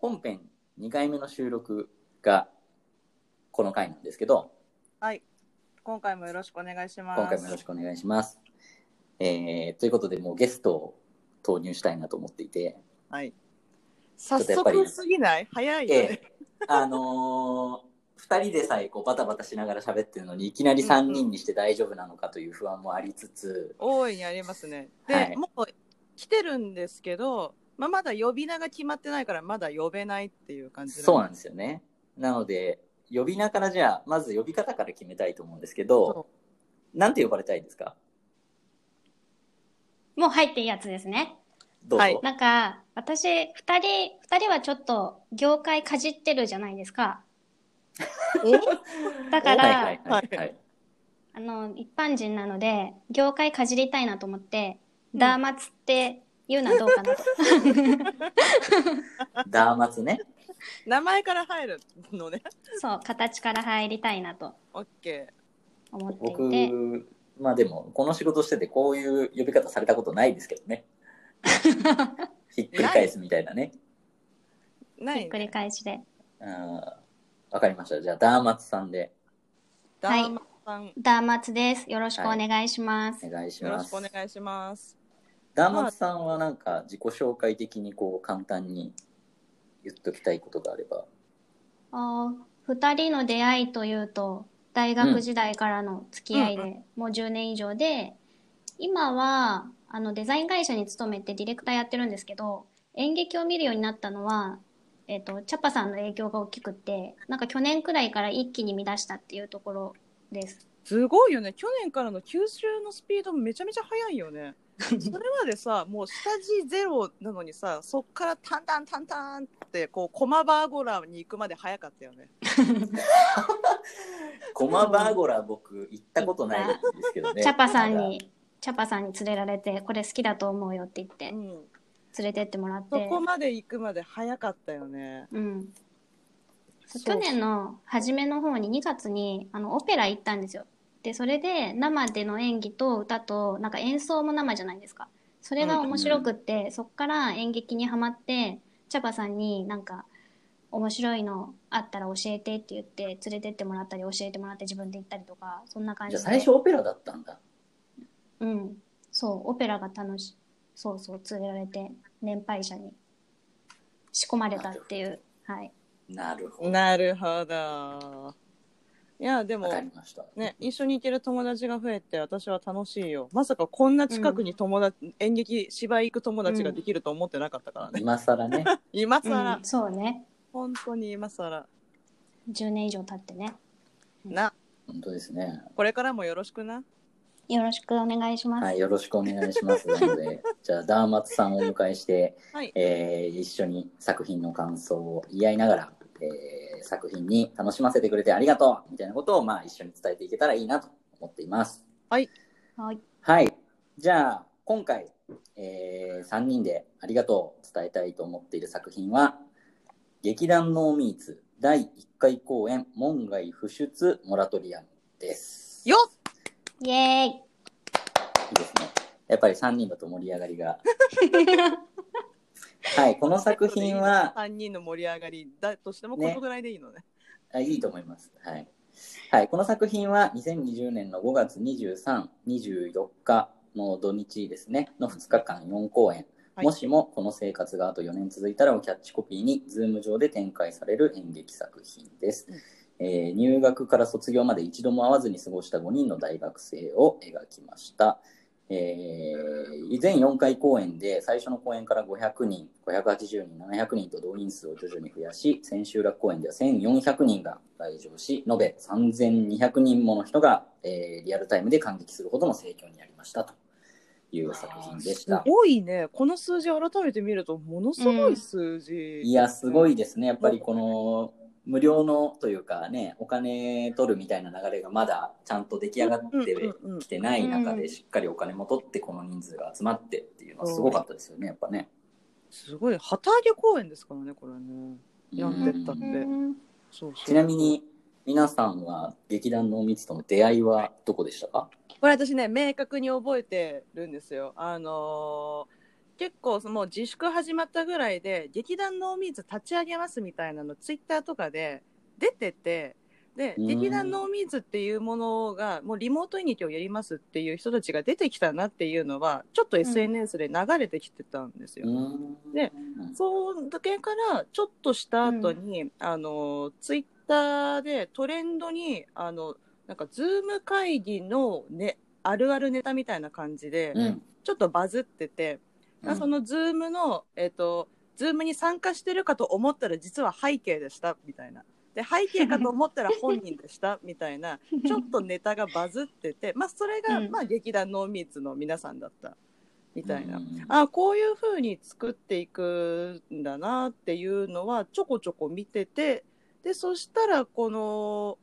本編2回目の収録がこの回なんですけど、 はい、今回もよろしくお願いします。 今回もよろしくお願いします。ということで、もうゲストを投入したいなと思っていて、 はい。早速すぎない？早いよね。 2人でさえこうバタバタしながら喋ってるのに、いきなり3人にして大丈夫なのかという不安もありつつ、 大いにありますね。で、はい、もう来てるんですけど、まだ呼び名が決まってないからまだ呼べないっていう感じそうなんですよね。なので呼び名からじゃあまず呼び方から決めたいと思うんですけど、なんて呼ばれたいですか？ もう入っていいやつですね。 どうぞ。はい、 なんか私2人はちょっと業界かじってるじゃないですか。だから、一般人なので業界かじりたいなと思って、ダーマツっていうのはどうかなと。 ダーマツね。 名前から入るのね。 そう、形から入りたいなと思っていて。 僕、まあでもこの仕事しててこういう呼び方されたことないですけどね。ひっくり返すみたいなね。 ひっくり返しで。 わかりました。じゃあダーマツさんで。 はい。ダーマツです。よろしくお願いします。 お願いします。 よろしくお願いします。 ダーマツさんはなんか自己紹介的にこう簡単に言っときたいことがあれば。 2人の出会いというと、大学時代からの付き合いで、もう10年以上で、今はデザイン会社に勤めてディレクターやってるんですけど、演劇を見るようになったのは、チャパさんの影響が大きくって、なんか去年くらいから一気に見出したっていうところです。 すごいよね。去年からの吸収のスピードもめちゃめちゃ速いよね。それまでさ、もう下地ゼロなのにさ、そっからタンタンタンタンってこうコマバーゴラに行くまで早かったよね。 コマバーゴラ僕行ったことないですけどね。 チャパさんに連れられて、これ好きだと思うよって言って、連れてってもらって。 そこまで行くまで早かったよね。 去年の初めの方に2月にオペラ行ったんですよ。で、それで生での演技と歌と、なんか演奏も生じゃないですか。それが面白くって、そっから演劇にハマって、チャパさんになんか、面白いのあったら教えてって言って、連れてってもらったり教えてもらって自分で行ったりとか、そんな感じで。 じゃあ最初オペラだったんだ。 そう、オペラが楽しい。そう、連れられて、年配者に仕込まれたっていう。はい。 なるほど。 なるほど。いやでもね、一緒に行ける友達が増えて私は楽しいよ。まさかこんな近くに演劇芝居行く友達ができると思ってなかったからね。 今更ね。 今更、 そうね。 本当に今更。 10年以上経ってね。 本当ですね。 これからもよろしくな。 よろしくお願いします。 はい、よろしくお願いします。なので、じゃあダーマツさんをお迎えして、一緒に作品の感想を言い合いながら、作品に楽しませてくれてありがとうみたいなことを一緒に伝えていけたらいいなと思っています。 はい。 はい。じゃあ今回、3人でありがとうを伝えたいと思っている作品は劇団ノーミーツ第1回公演門外不出モラトリアムです。 よっ！ イエーイ。いいですね。やっぱり3人だと盛り上がりがはい、この作品は 3人の盛り上がりだとしてもこのぐらいでいいのね。 いいと思います。はい。はい、この作品は2020年の5月23、24日の土日ですね、の2日間4公演、もしもこの生活があと4年続いたらをキャッチコピーに、ズーム上で展開される演劇作品です。入学から卒業まで一度も会わずに過ごした5人の大学生を描きました。全4回公演で最初の公演から500人、580人、700人と動員数を徐々に増やし、千秋楽公演では1400人が来場し、延べ3200人もの人が、リアルタイムで感激するほどの盛況になりましたという作品でした。 すごいね。この数字改めて見るとものすごい数字、 いやすごいですね。やっぱりこの無料のというかね、お金取るみたいな流れがまだちゃんと出来上がってきてない中で、しっかりお金も取ってこの人数が集まってっていうのはすごかったですよね、やっぱね。 すごい旗揚げ公演ですからね、これね。やってったって。 ちなみに皆さんは劇団ノーミーツとの出会いはどこでしたか？ これ私ね、明確に覚えてるんですよ。 結構もう自粛始まったぐらいで劇団ノーミーツ立ち上げますみたいなのツイッターとかで出てて、で劇団ノーミーツっていうものがもうリモート演劇をやりますっていう人たちが出てきたなっていうのはちょっと SNS で流れてきてたんですよ。でその時からちょっとした後に、ツイッターでトレンドになんかズーム会議の、ね、あるあるネタみたいな感じで、ちょっとバズってて、そのズームの、ズームに参加してるかと思ったら実は背景でしたみたいな。で背景かと思ったら本人でしたみたいなちょっとネタがバズってて、それが、劇団ノーミーツの皆さんだったみたいな、こういう風に作っていくんだなっていうのはちょこちょこ見てて、でそしたらこの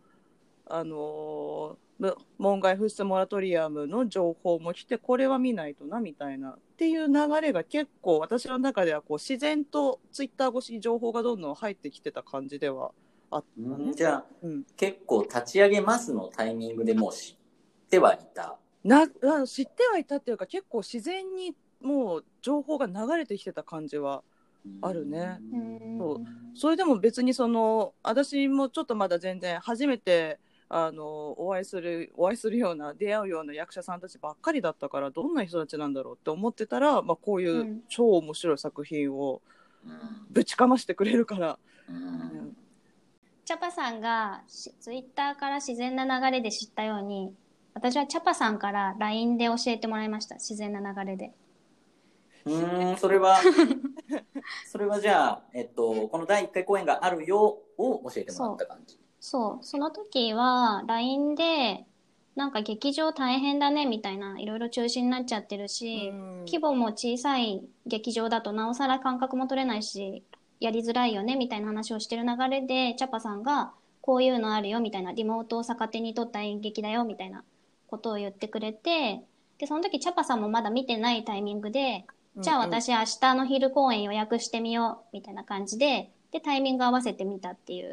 門外不出モラトリアムの情報も来て、これは見ないとなみたいなっていう流れが結構私の中ではこう自然とツイッター越しに情報がどんどん入ってきてた感じではあったね。 じゃあ、結構立ち上げますのタイミングでもう知ってはいた。 知ってはいたっていうか結構自然にもう情報が流れてきてた感じはあるね。それでも別に私もちょっとまだ全然初めてお会いするような出会うような役者さんたちばっかりだったから、どんな人たちなんだろうって思ってたら、こういう超面白い作品をぶちかましてくれるから、 チャパさんがツイッターから自然な流れで知ったように、私はチャパさんから LINE で教えてもらいました。自然な流れで。 それはじゃあ、この第1回公演があるよを教えてもらった感じ。 その時は LINE でなんか劇場大変だねみたいな、いろいろ中止になっちゃってるし、規模も小さい劇場だとなおさら感覚も取れないしやりづらいよねみたいな話をしてる流れで、チャパさんがこういうのあるよみたいな、リモートを逆手に取った演劇だよみたいなことを言ってくれて、でその時チャパさんもまだ見てないタイミングで、じゃあ私明日の昼公演予約してみようみたいな感じで、タイミング合わせてみたっていう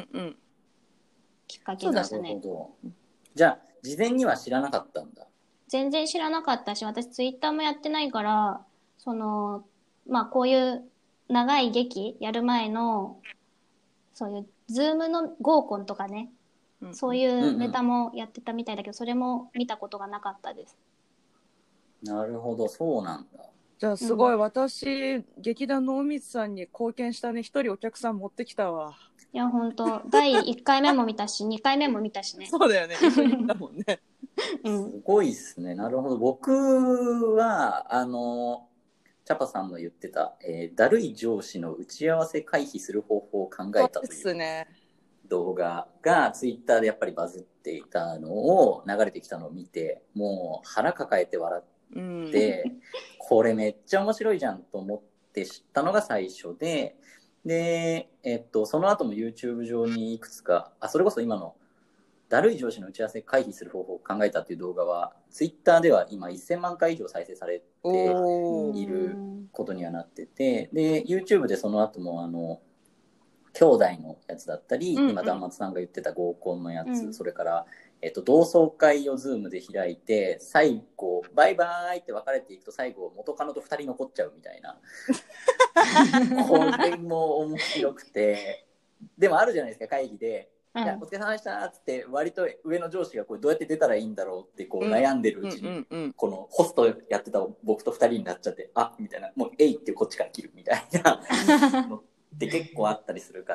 きっかけでしたね。 じゃあ事前には知らなかったんだ。 全然知らなかったし、私ツイッターもやってないから、こういう長い劇やる前のそういうズームの合コンとかね、そういうネタもやってたみたいだけど、それも見たことがなかったです。 なるほど、そうなんだ。 じゃあすごい、私劇団ノーミーツさんに貢献したね。一人お客さん持ってきたわ。 いや本当、第1回目も見たし2回目も見たしね。 そうだよね、一緒に見たもんね。 すごいっすね。なるほど。僕はチャパさんの言ってた、だるい上司の打ち合わせ回避する方法を考えたという動画がツイッターでやっぱりバズっていたのを流れてきたのを見て、もう腹抱えて笑って、これめっちゃ面白いじゃんと思って知ったのが最初で、その後も YouTube 上にいくつか、それこそ今のだるい上司の打ち合わせ回避する方法を考えたっていう動画はツイッターでは今1000万回以上再生されていることにはなってて、で YouTube でその後も兄弟のやつだったり、今断末さんが言ってた合コンのやつ、それから同窓会をズームで開いて最後バイバイって別れていくと最後元カノと2人残っちゃうみたいなこれも面白くて、でもあるじゃないですか、会議でいやお疲れ様でしたっつって割と上の上司がこれどうやって出たらいいんだろうってこう悩んでるうちに、このホストやってた僕と2人になっちゃって、みたいな、もうえいってこっちから切るみたいなのって結構あったりするから、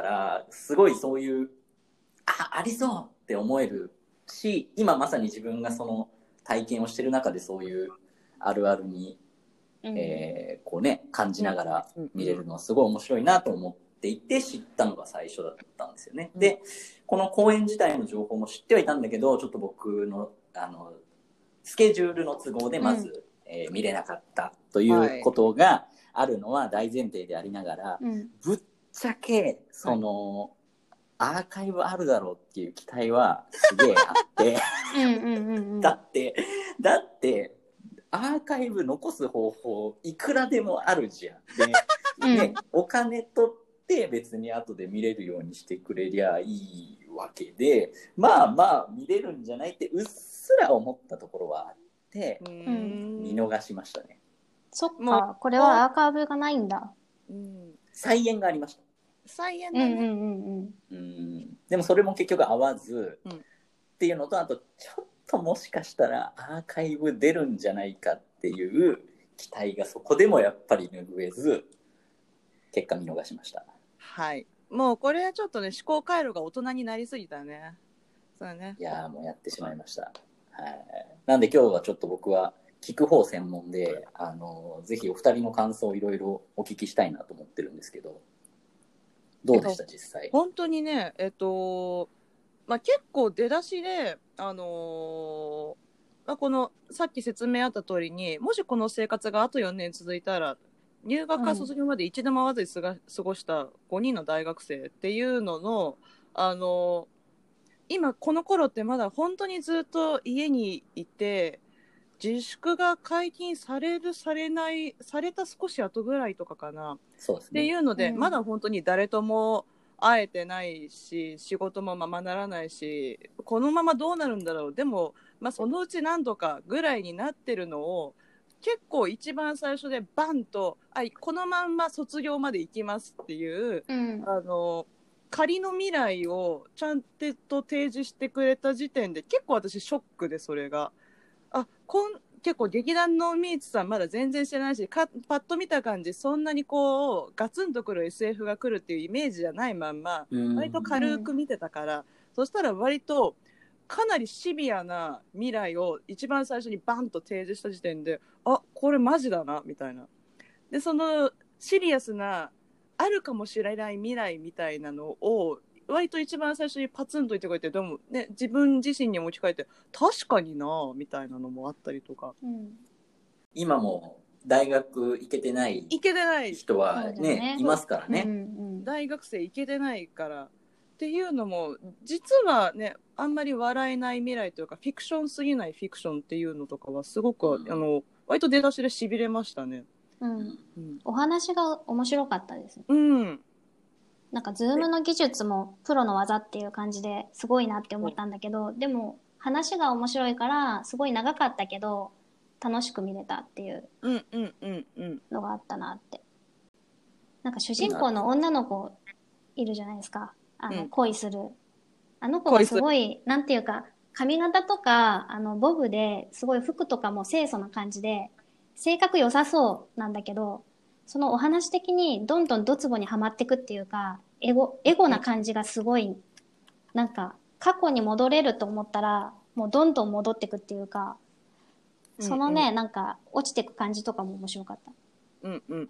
すごいそういうありそうって思えるし、今まさに自分がその体験をしてる中でそういうあるあるに、こうね感じながら見れるのはすごい面白いなと思っていて知ったのが最初だったんですよね。でこの公演自体の情報も知ってはいたんだけど、ちょっと僕のスケジュールの都合でまず、見れなかったということがあるのは大前提でありながら、ぶっちゃけその、アーカイブあるだろうっていう期待はすげえあってだってアーカイブ残す方法いくらでもあるじゃん。で、お金取って別に後で見れるようにしてくれりゃいいわけで、まあ見れるんじゃないってうっすら思ったところはあって、見逃しましたね。 そっもうか、これはアーカイブがないんだ。 再演がありました。 再演だね。 うんうんうんうん。 でもそれも結局合わず、 うんっていうのと、あとちょっともしかしたらアーカイブ出るんじゃないかっていう期待がそこでもやっぱり拭えず、結果見逃しました。 はい。もうこれはちょっとね、思考回路が大人になりすぎたね。そうだね。 いやーもうやってしまいました。はい。なんで今日はちょっと僕は聞く方専門で、ぜひお二人の感想をいろいろお聞きしたいなと思ってるんですけど、どうでした実際。 本当にね、まあ、結構出だしで、まあ、このさっき説明あった通りに、もしこの生活があと4年続いたら、入学から卒業まで一度も会わずに過ごした5人の大学生っていうのの、今この頃ってまだ本当にずっと家にいて、自粛が解禁されるされないされた少し後ぐらいとかかな、 そうですね、 っていうので、 うんまだ本当に誰とも会えてないし、仕事もままならないし、このままどうなるんだろう、でも、まあ、そのうち何とかぐらいになってるのを、結構一番最初でバンとこのまんま卒業まで行きますっていう、 うん。 仮の未来をちゃんと提示してくれた時点で結構私ショックで、それが結構劇団のミーツさんまだ全然知らないし、パッと見た感じそんなにこうガツンとくる SF が来るっていうイメージじゃないまんま、割と軽く見てたから、そしたら割とかなりシビアな未来を一番最初にバンと提示した時点で、これマジだなみたいな。でそのシリアスなあるかもしれない未来みたいなのを割と一番最初にパツンと言ってくれて、でもね、自分自身に持ち帰って確かになみたいなのもあったりとか、 今も大学行けてない人はね、いますからね、 大学生行けてないからっていうのも実はね、あんまり笑えない未来というかフィクションすぎないフィクションっていうのとかはすごく、割と出だしでしびれましたね。 お話が面白かったですね。なんかズームの技術もプロの技っていう感じですごいなって思ったんだけど、でも話が面白いからすごい長かったけど楽しく見れたっていうのがあったなって。なんか主人公の女の子いるじゃないですか。恋する。あの子がすごい、なんていうか、髪型とか、ボブですごい服とかも清楚な感じで、性格良さそうなんだけど、そのお話的にどんどんドツボにはまってくっていうか、エゴな感じがすごい、なんか、過去に戻れると思ったら、もうどんどん戻ってくっていうか、そのね、なんか、落ちてく感じとかも面白かった。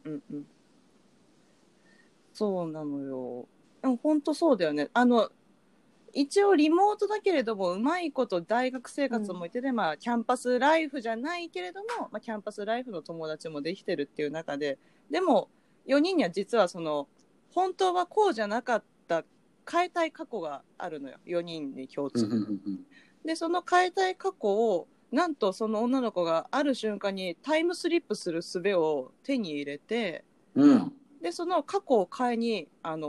そうなのよ。でも本当そうだよね。一応リモートだけれどもうまいこと大学生活もいてで、まあキャンパスライフじゃないけれども、まあ、キャンパスライフの友達もできてるっていう中で、でも4人には実はその本当はこうじゃなかった変えたい過去があるのよ、4人に共通で。その変えたい過去をなんとその女の子がある瞬間にタイムスリップする術を手に入れて、でその過去を変えに、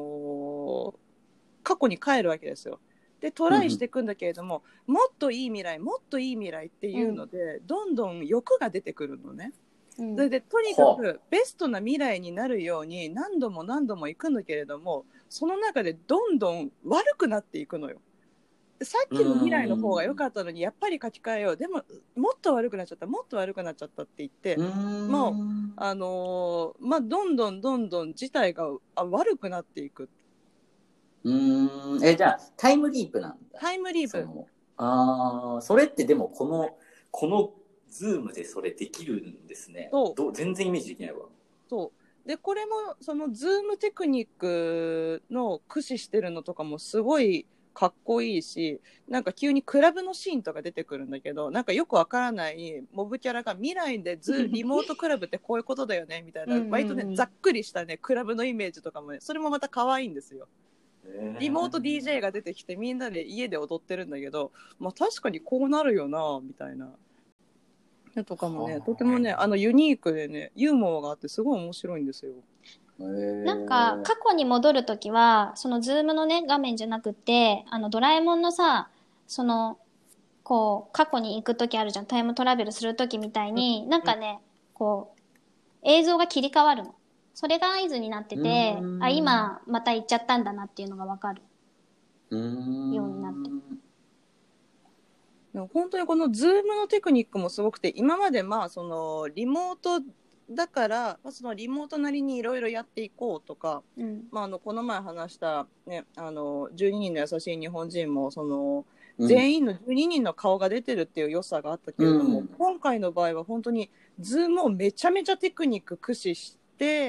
過去に帰るわけですよ。でトライしていくんだけれども、もっといい未来もっといい未来っていうので、どんどん欲が出てくるのね。でとにかくベストな未来になるように何度も何度も行くんだけれども、その中でどんどん悪くなっていくのよ。さっきの未来の方が良かったのにやっぱり書き換えよう、でももっと悪くなっちゃったもっと悪くなっちゃったって言って、もうまあどんどん事態が悪くなっていく。 じゃあタイムリープなんだ。 タイムリープ。 それってでもこのズームでそれできるんですね。全然イメージできないわ。 そうで、これもそのズームテクニックの駆使してるのとかもすごいかっこいいし、なんか急にクラブのシーンとか出てくるんだけど、なんかよくわからないモブキャラが未来でリモートクラブってこういうことだよねみたいな割とねざっくりしたねクラブのイメージとかもね、それもまた可愛いんですよ。リモート DJ が出てきてみんなで家で踊ってるんだけど、まあ確かにこうなるよなみたいなとかもね、とてもねユニークでねユーモアがあってすごい面白いんですよ。 なんか過去に戻るときはそのズームのね画面じゃなくてドラえもんのさ、そのこう過去に行くときあるじゃん、タイムトラベルするときみたいに、なんかねこう映像が切り替わるの。それが合図になってて、 うんあ、今また行っちゃったんだなっていうのがわかるうーんようになってる。 でも本当にこのズームのテクニックもすごくて、今までまあそのリモートだから、まあ、そのリモートなりにいろいろやっていこうとか、 うん。 まあ、この前話した、ね、12人の優しい日本人もそのうん全員の12人の顔が出てるっていう良さがあったけれども、 うん今回の場合は本当にズームをめちゃめちゃテクニック駆使して、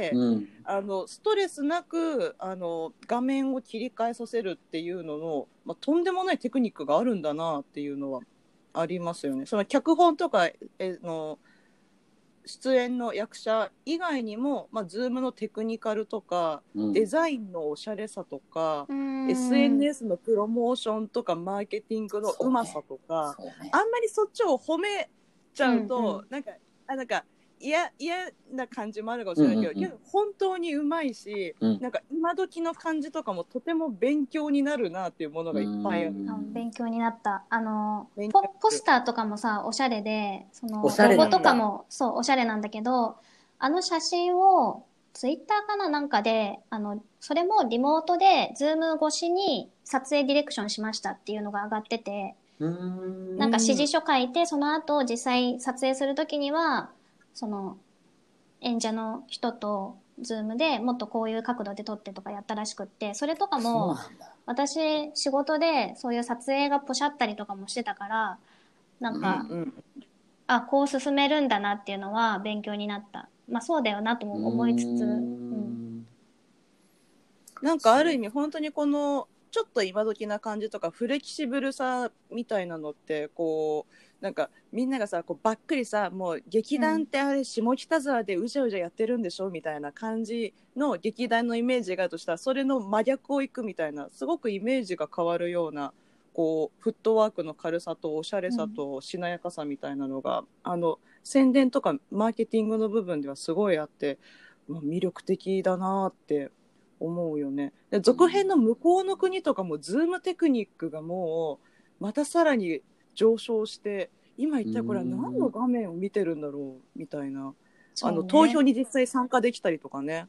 うんストレスなく画面を切り替えさせるっていうのの、まあ、とんでもないテクニックがあるんだなっていうのはありますよね。その脚本とかの出演の役者以外にも、まあ、ズームのテクニカルとか、 うんデザインのおしゃれさとか、 うん。 SNS のプロモーションとかマーケティングのうまさとか、 そうねあんまりそっちを褒めちゃうと、 うんうんなんか嫌な感じもあるかもしれないけど、 うんうんうんけど本当にうまいし、 うんなんか今時の感じとかもとても勉強になるなっていうものがいっぱいある。 勉強になった。 勉強になるポスターとかもさ、おしゃれで、その、 おしゃれなんだロゴとかも、そう、おしゃれなんだけど、あの写真を、ツイッターかななんかで、それもリモートで、ズーム越しに撮影ディレクションしましたっていうのが上がってて、 うんなんか指示書書いて、その後実際撮影するときには、その、演者の人と、ズームでもっとこういう角度で撮ってとかやったらしくって、それとかそうも、 なんだ私、仕事でそういう撮影がポシャったりとかもしてたから、なんか、 うんあ、こう進めるんだなっていうのは勉強になった。まあそうだよなとも思いつつ、うん。 なんかある意味本当にこのちょっと今時な感じとかフレキシブルさみたいなのってこうなんかみんながさこうばっくりさもう劇団ってあれ下北沢でうじゃうじゃやってるんでしょみたいな感じの劇団のイメージがあるとしたらそれの真逆をいくみたいなすごくイメージが変わるようなこうフットワークの軽さとおしゃれさとしなやかさみたいなのが、宣伝とかマーケティングの部分ではすごいあって魅力的だなって思うよね。で続編の向こうの国とかもズームテクニックがもうまたさらに上昇して今一体これは何の画面を見てるんだろうみたいな、 そうね投票に実際参加できたりとかね。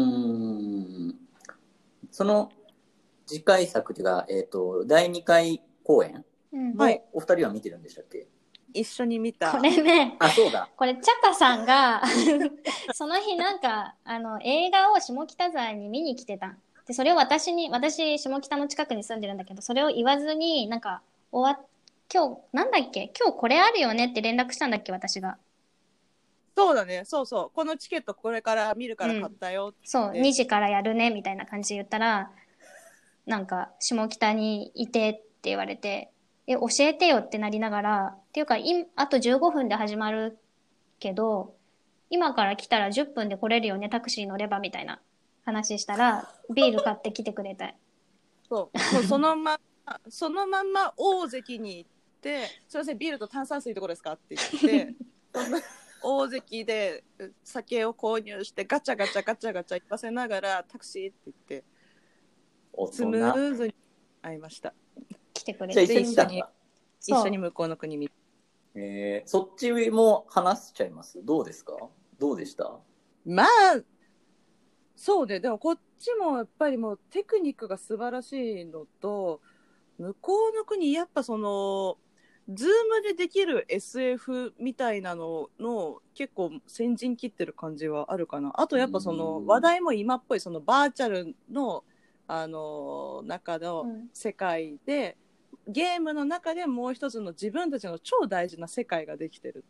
その次回作が、第2回公演うん。 はいお二人は見てるんでしたっけ？ 一緒に見た。 これね、 あ、そうだ。 これ、チャカさんが、その日なんか、映画を下北沢に見に来てた。で、それを私、下北の近くに住んでるんだけど、それを言わずに、なんか、今日、なんだっけ今日これあるよねって連絡したんだっけ私が。 そうだね、そうそう。このチケットこれから見るから買ったよってそう、 言って。 2時からやるね、みたいな感じで言ったら、なんか、下北にいてって言われて、教えてよってなりながら、っていうか、あと15分で始まるけど、今から来たら10分で来れるよね、タクシー乗ればみたいな話したら、ビール買ってきてくれた。 そうそのまんま大関に行って「すいませんビールと炭酸水どこですか?」って言って大関で酒を購入してガチャガチャ言わせながらタクシーって言ってスムーズに会いました。 来てくれじゃあて。 一緒に来たんだ。 一緒に向こうの国見て、 そっちも話しちゃいます。どうですか？どうでした？ まあそうね。でもこっちもやっぱりもうテクニックが素晴らしいのと向こうの国やっぱそのズームでできる SF みたいなのの結構先陣切ってる感じはあるかな。あとやっぱその話題も今っぽいそのバーチャルの中の世界で、ゲームの中でもう一つの自分たちの超大事な世界ができてる。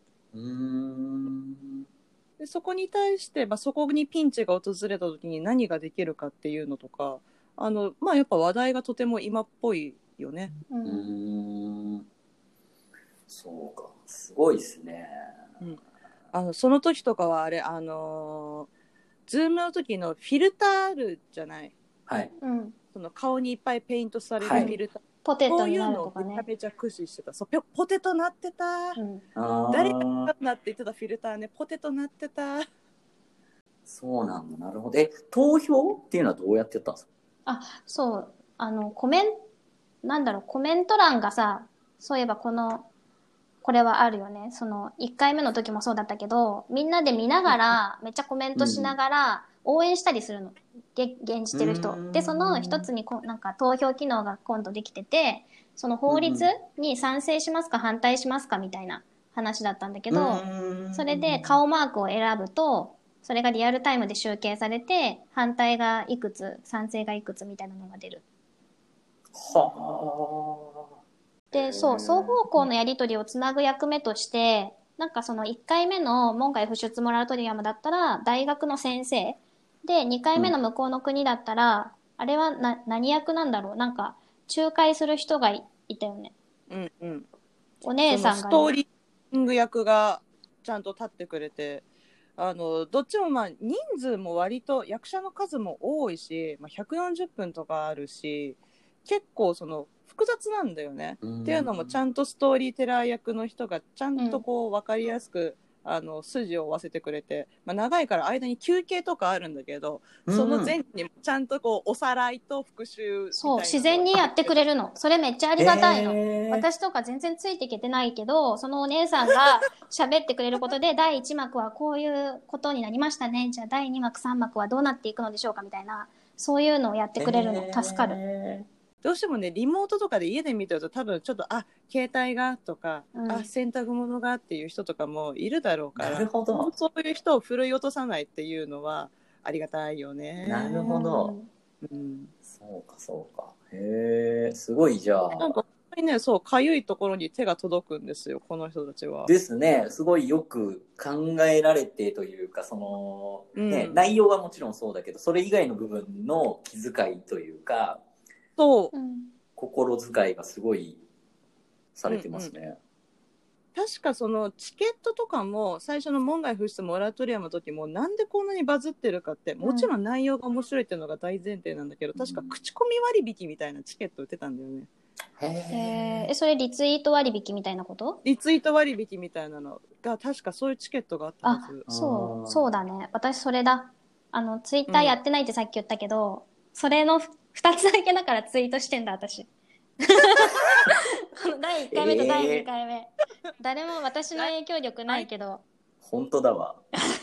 でそこに対して、そこにピンチが訪れた時に何ができるかっていうのとかやっぱ話題がとても今っぽいよね。 そうか、すごいですね。 その時とかはあれズームの時のフィルターあるじゃない。 はい。 その顔にいっぱいペイントされるフィルター、 ポテこトになるういうのをとかね。 めちゃめちゃ駆使してた。そうポテトなってた、 あ誰がなって言ってたフィルターね、ポテトなってた。 そうなんだ、なるほど。投票っていうのはどうやってやったんですか？ あ、そう、コメント欄がさ、そういえばここれはあるよね。その1回目の時もそうだったけど、みんなで見ながら、めっちゃコメントしながら、応援したりするの。現じてる人。で、その一つになんか投票機能が今度できてて、その法律に賛成しますか反対しますかみたいな話だったんだけど、それで顔マークを選ぶと、それがリアルタイムで集計されて、反対がいくつ、賛成がいくつみたいなのが出る。 はあ。 で、そう、双方向のやり取りをつなぐ役目として、なんかその1回目の門外不出モラトリアムだったら、大学の先生。で、2回目の向こうの国だったら、あれは何役なんだろう、なんか、仲介する人が いたよね。 うんうん。 お姉さんが、ね。 ストーリング役がちゃんと立ってくれて、どっちもまあ人数も割と役者の数も多いし、まあ、140分とかあるし、結構その複雑なんだよね。っていうのもちゃんとストーリーテラー役の人がちゃんとこう分かりやすく、筋を追わせてくれて、まあ、長いから間に休憩とかあるんだけど、その前にもちゃんとこうおさらいと復習みたいな。 そう、自然にやってくれるの。それめっちゃありがたいの。私とか全然ついていけてないけど、そのお姉さんが喋ってくれることで、第1幕はこういうことになりましたね。じゃあ第2幕、3幕はどうなっていくのでしょうかみたいな、そういうのをやってくれるの。助かる。 どうしてもね、リモートとかで家で見てると多分ちょっと、携帯がとか、洗濯物がっていう人とかもいるだろうから、 なるほど。 そういう人を振るい落とさないっていうのはありがたいよね。 なるほど。 うん、 そうかそうか。へえ、すごいじゃあ。 なんか本当にね、そう、かゆいところに手が届くんですよ、この人たちは。 ですね。すごいよく考えられてというか、その、ね、内容はもちろんそうだけど、それ以外の部分の気遣いというか、 そう、 心遣いがすごいされてますね。 確かそのチケットとかも最初の門外不出モラトリアムの時もなんでこんなにバズってるかって、もちろん内容が面白いっていうのが大前提なんだけど、確か口コミ割引みたいなチケット売ってたんだよね。 へえ、それリツイート割引みたいなこと？ リツイート割引みたいなのが確かそういうチケットがあったはず。 そうだね。私それだ。ツイッターやってないってさっき言ったけど、それの2つだけだからツイートしてんだ私。この第1回目と第2回目、誰も私の影響力ないけど、 本当だわ。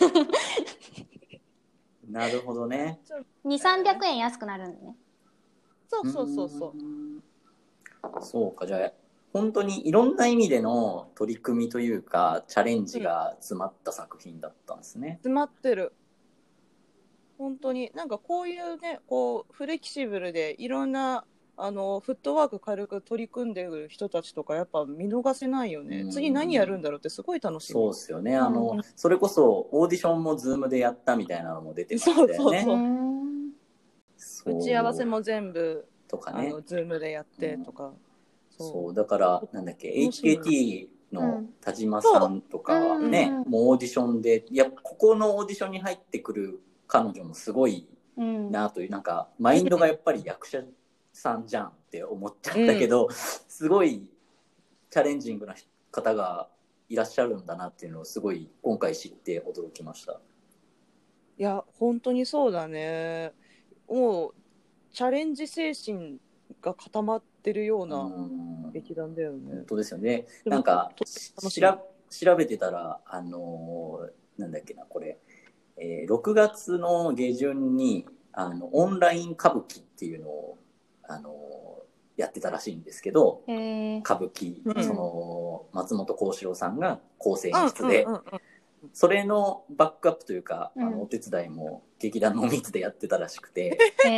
なるほどね。 200-300円安くなるんだね。 そうそうか、じゃあ本当にいろんな意味での取り組みというかチャレンジが詰まった作品だったんですね。 詰まってる。本当になんかこういうね、こうフレキシブルでいろんなフットワーク軽く取り組んでる人たちとかやっぱ見逃せないよね。次何やるんだろうってすごい楽しみ。 そうですよね。それこそオーディションもズームでやったみたいなのも出てましたよね。 打ち合わせも全部とかね、 ズームでやってとか。 そうだからなんだっけ HKT の田島さんとかね、もうオーディションで、いやここのオーディションに入ってくる彼女もすごいなという、なんかマインドがやっぱり役者さんじゃんって思っちゃったけど、すごいチャレンジングな方がいらっしゃるんだなっていうのをすごい今回知って驚きました。 いや本当にそうだね。もうチャレンジ精神が固まってるような劇団だよね。 本当ですよね。なんか調べてたらなんだっけなこれ、6月の下旬にオンライン歌舞伎っていうのをやってたらしいんですけど、歌舞伎、その松本幸四郎さんが構成演出で、それのバックアップというか、お手伝いも劇団の密でやってたらしくて、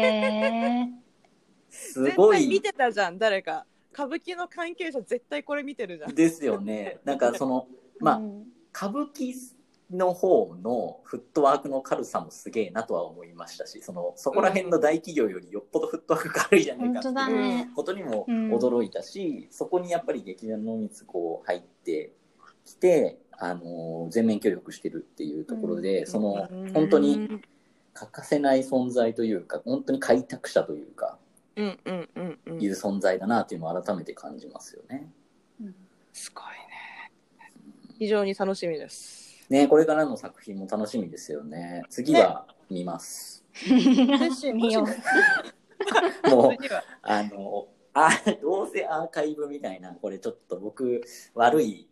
すごい絶対見てたじゃん。誰か歌舞伎の関係者絶対これ見てるじゃん。 ですよね。なんかその歌舞伎の方のフットワークの軽さもすげえなとは思いましたし、そこら辺の大企業よりよっぽどフットワーク軽いじゃないかっていうことにも驚いたし、そこにやっぱり劇団の密こう入ってきて全面協力してるっていうところで、その本当に欠かせない存在というか、本当に開拓者というか、いう存在だなっていうのを改めて感じますよね。 すごいね。非常に楽しみですね。これからの作品も楽しみですよね。次は見ます。 見よう。もうどうせアーカイブみたいな、これちょっと僕悪い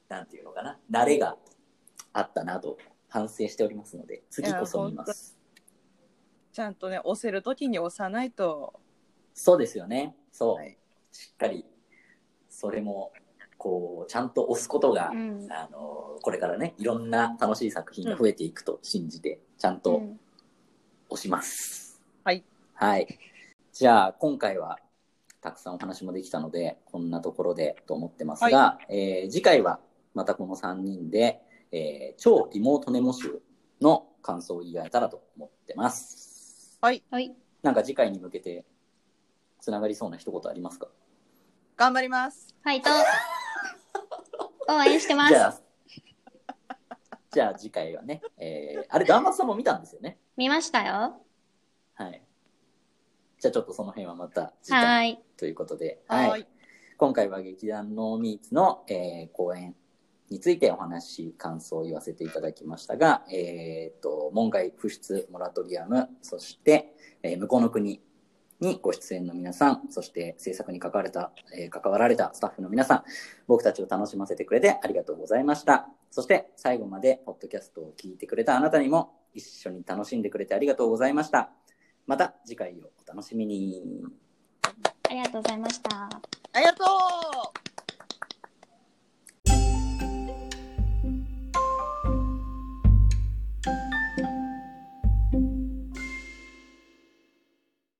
なんていうのかな、慣れがあったなと反省しておりますので、次こそ見ます。 ちゃんとね、押せるときに押さないと。 そうですよね。そう。 はい、 しっかり、それも、こう、ちゃんと押すことが、これからね、いろんな楽しい作品が増えていくと信じて、ちゃんと押します。 はい。 はい。じゃあ、今回は、たくさんお話もできたので、こんなところでと思ってますが、次回は、またこの3人で、超リモートネモ集の感想を言い合えたらと思ってます。 はい。 なんか次回に向けて、つながりそうな一言ありますか？ 頑張ります。 ファイト応援してます。 じゃあ次回はね、あれ、ダーマツさんも見たんですよね。 見ましたよ。 はい。じゃあちょっとその辺はまた次回ということで、はい。今回は劇団ノーミーツの、公演についてお話、感想を言わせていただきましたが、門外不出モラトリアム、そして、向こうの国にご出演の皆さん、そして制作に関わられたスタッフの皆さん、僕たちを楽しませてくれてありがとうございました。そして最後までポッドキャストを聞いてくれたあなたにも一緒に楽しんでくれてありがとうございました。また次回をお楽しみに。 ありがとうございました。 ありがとう。